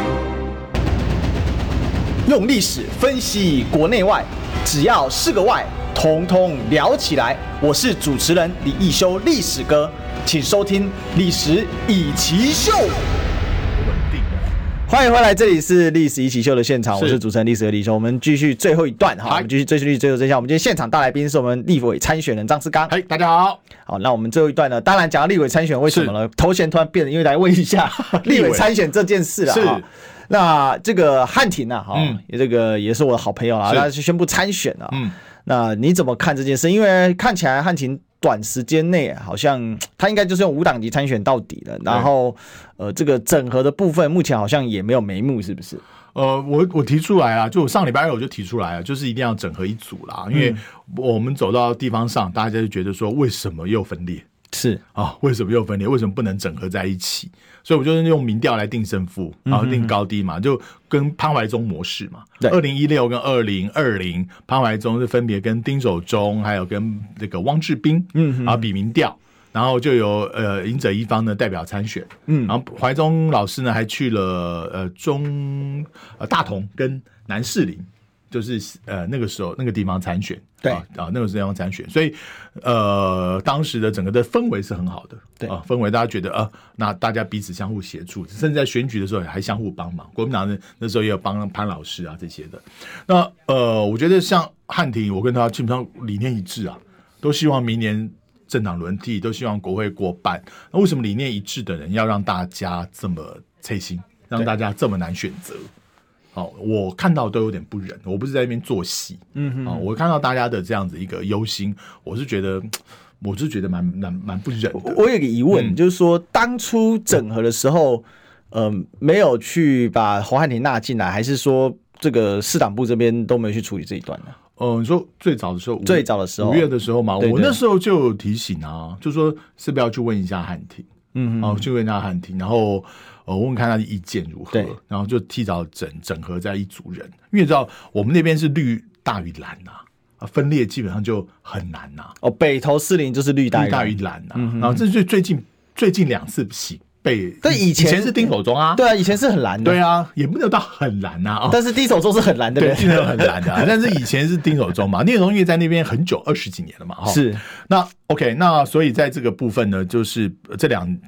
用历史分析国内外，只要是个外，统统聊起来。我是主持人李义修，历史哥，请收听《历史一起秀》。欢迎回来，这里是历史一起秀的现场，我是主持人历史的李修。我们继续最后一段哈，我们继续追溯历史最后真相。我们今天现场大来宾是我们立委参选人张志刚。 大家好。 好，那我们最后一段呢，当然讲到立委参选，为什么呢？头衔突然变了，因为来问一下立委参选这件事了哈。那这个汉庭啊，这个也是我的好朋友啦，他是宣布参选了。那你怎么看这件事？因为看起来汉庭短时间内好像他应该就是用无党籍参选到底了，然后这个整合的部分目前好像也没有眉目，是不是？ 我提出来啊，就我上礼拜2我就提出来了，就是一定要整合一组啦，因为我们走到地方上，大家就觉得说为什么又分裂？ 是啊，为什么又分裂？为什么不能整合在一起？所以我就是用民调来定胜负，然后定高低嘛，就跟潘怀宗模式嘛。2016跟2020，潘怀宗是分别跟丁守中还有跟这个汪志斌，然后比民调。然后就有赢者一方的代表参选，然后怀宗老师呢还去了大同跟南士林，就是那个时候那个地方参选， 对那个地方参选，所以当时的整个的氛围是很好的，对氛围大家觉得那大家彼此相互协助，甚至在选举的时候还相互帮忙，国民党那时候也有帮潘老师啊这些的。那我觉得像汉庭，我跟他基本上理念一致啊，都希望明年政党轮替，都希望国会过半。那为什么理念一致的人要让大家这么操心，让大家这么难选择？我看到都有点不忍，我不是在那边做戏，我看到大家的这样子一个忧心，我是觉得蛮不忍的。 我有个疑问，就是说当初整合的时候，没有去把侯汉廷纳进来，还是说这个市党部这边都没有去处理这一段呢？ 你说最早的时候5月的时候嘛， 对对， 我那时候就有提醒啊，就说是不是要去问一下汉廷，去问一下汉廷，然后问看他的意见如何，然后就提早整合在一组人，因为你知道我们那边是绿大于蓝啊，分裂基本上就很难呐。 北投40就是绿大于蓝啊，然后这是最近2次洗。 但以前是丁守中啊， 对啊，以前是很蓝的， 对啊，也不能到很蓝啊， 但是丁守中是很蓝的， 对，真的很蓝的，但是以前是丁守中嘛，聂荣月在那边很久20几年了嘛， 是。 那 OK， 那所以在这个部分呢，就是这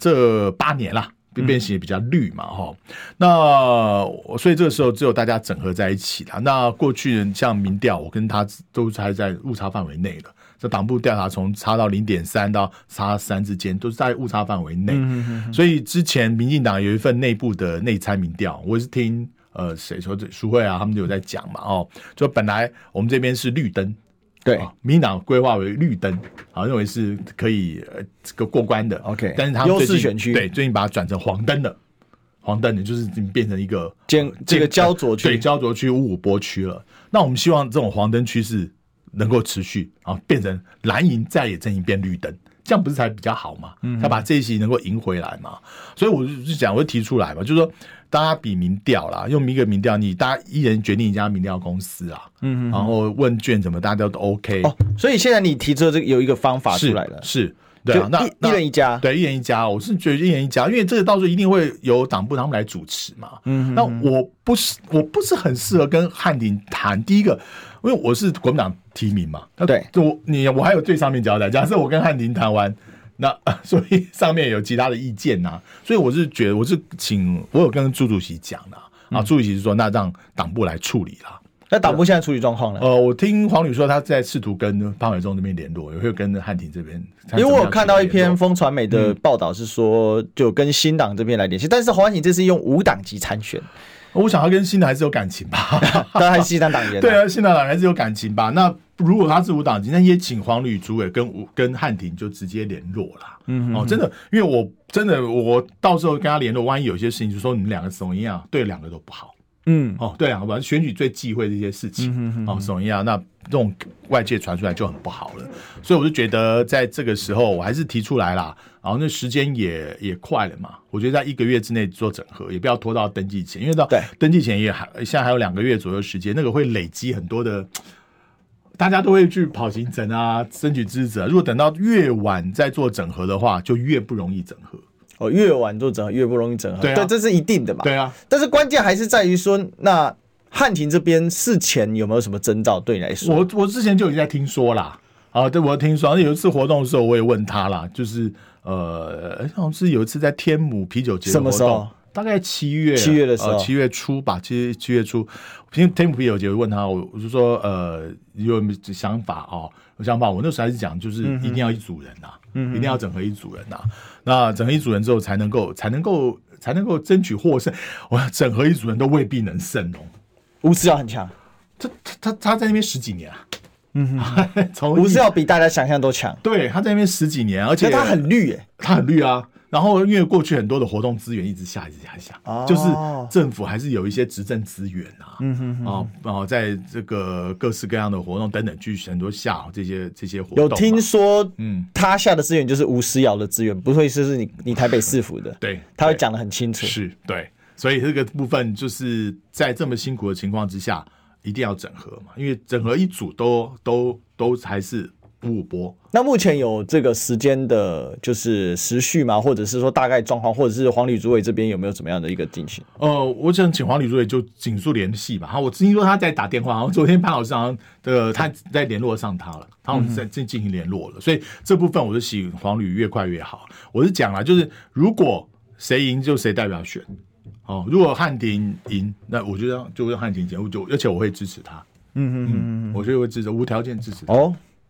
8年啦，变形也比较绿嘛，那所以这个时候只有大家整合在一起了。那过去像民调，我跟他都还在误差范围内了。这党部调查从差到 0.3 到差3之间，都是在误差范围内。所以之前民进党有一份内部的内参民调，我也是听谁说苏慧啊，他们就有在讲嘛，就本来我们这边是绿灯， 对， 民进党规划为绿灯，认为是可以这个过关的 ，OK， 但是他们优势选区， 对，最近把它转成黄灯的，黄灯的就是变成一个这个焦灼区， 对，焦灼区55波区了。那我们希望这种黄灯区是能够持续变成蓝营再也阵营变绿灯，这样不是才比较好嘛？他把这一席能够赢回来嘛？所以我就讲，我就提出来嘛，就是说大家比民调啦，用一个民调，大家一人决定一家民调公司啊，然后问卷什么大家都 OK。 所以现在你提出的这个有一个方法出来了， 是。对啊，那一人一家， 对，一人一家，我是觉得一人一家，因为这个到时候一定会由党部他们来主持嘛。那我不是很适合跟汉廷谈。第一个，因为我是国民党提名嘛， 对， 我还有最上面交代。假设我跟汉廷谈完，那所以上面有其他的意见呐，所以我是觉得我有跟朱主席讲啦，朱主席是说那让党部来处理啦。 那党部现在处理状况呢？ 我听黄旅说他在试图跟潘伟忠那边联络，也会跟汉廷这边。 因为我有看到一篇风传媒的报道是说，就跟新党这边来联系，但是黄汉廷这次用无党籍参选， 我想他跟新党还是有感情吧， 他还是新党党员， 对啊，新党党还是有感情吧。那如果他是无党籍，那也请黄旅主委跟汉廷就直接联络啦。真的，因为我到时候跟他联络，万一有些事情就说你们两个怎么样，对两个都不好。对啊，反正选举最忌讳这些事情，什么样，那这种外界传出来就很不好了。所以我就觉得在这个时候，我还是提出来啦。然后那时间也快了嘛，我觉得在1个月之内做整合，也不要拖到登记前，因为到登记前现在还有2个月左右时间，那个会累积很多的，大家都会去跑行程啊，争取支持啊。如果等到越晚再做整合的话，就越不容易整合。 越晚做整合越不容易整合， 对， 这是一定的嘛。 对啊， 但是关键还是在于说，那汉廷这边事前有没有什么征兆？对你来说， 我之前就已经在听说啦。对，我听说，有一次活动的时候，我也问他啦，就是好像是有一次在天母啤酒节的活动，什么时候？大概7月的时候 ，7月初吧，7月初，天母啤酒节问他，我就说有没有想法有想法，我那时候还是讲，就是一定要一组人一定要整合一组人那整合一组人之后才能够争取获胜。我整合一组人都未必能胜吴思瑶很强， 他在那边10几年吴思瑶比大家想象都强。 对，他在那边10几年，而且他很绿他很绿啊。然后因为过去很多的活动资源一直下，就是政府还是有一些执政资源在这个各式各样的活动等等，去很多下这些活动。 有听说，他下的资源就是吴思瑶的资源，不会是你台北市府的， 对， 他会讲得很清楚。 是，对，所以这个部分就是在这么辛苦的情况之下，一定要整合嘛，因为整合一组都还是55波。 那目前有这个时间的，就是时序吗？或者是说大概状况，或者是黄旅主委这边有没有怎么样的一个进行？ 我想请黄旅主委就紧速联系吧。我听说他在打电话，好像昨天潘老师好像他在联络上他了，他好像在进行联络了。所以这部分我就请黄旅越快越好。我是讲了，就是如果谁赢就谁代表选。如果汉廷赢，那我就让汉廷赢，而且我会支持他。我就会支持，无条件支持他。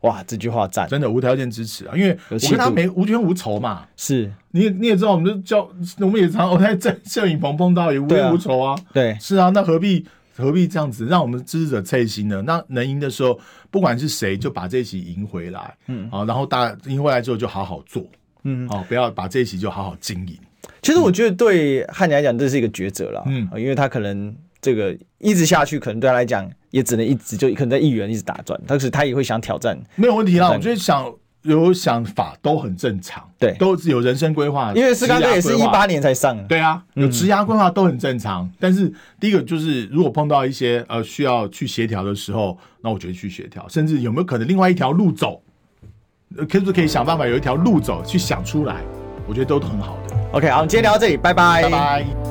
哇，这句话赞， 真的无条件支持啊！因为我跟他无冤无仇嘛。 是， 你也知道，我们也常在摄影棚碰到，也无冤无仇啊。 对， 是啊，那何必这样子让我们支持者刺心呢？那能赢的时候，不管是谁，就把这一期赢回来。然后大家赢回来之后就好好做。不要把这一期就好好经营。 其实我觉得对汉尼来讲，这是一个抉择啦。因为他可能这个一直下去，可能对他来讲也只能一直就可能在议员一直打转，但是他也会想挑战， 没有问题啦。我觉得有想法都很正常， 对， 都有人生规划。 因为世刚哥也是18年才上， 对啊，有职涯规划都很正常。但是第一个就是，如果碰到一些需要去协调的时候，那我觉得去协调，甚至有没有可能另外一条路走，可以想办法有一条路走，去想出来，我觉得都很好的。 OK， 好，今天聊到这里，拜拜， 拜拜。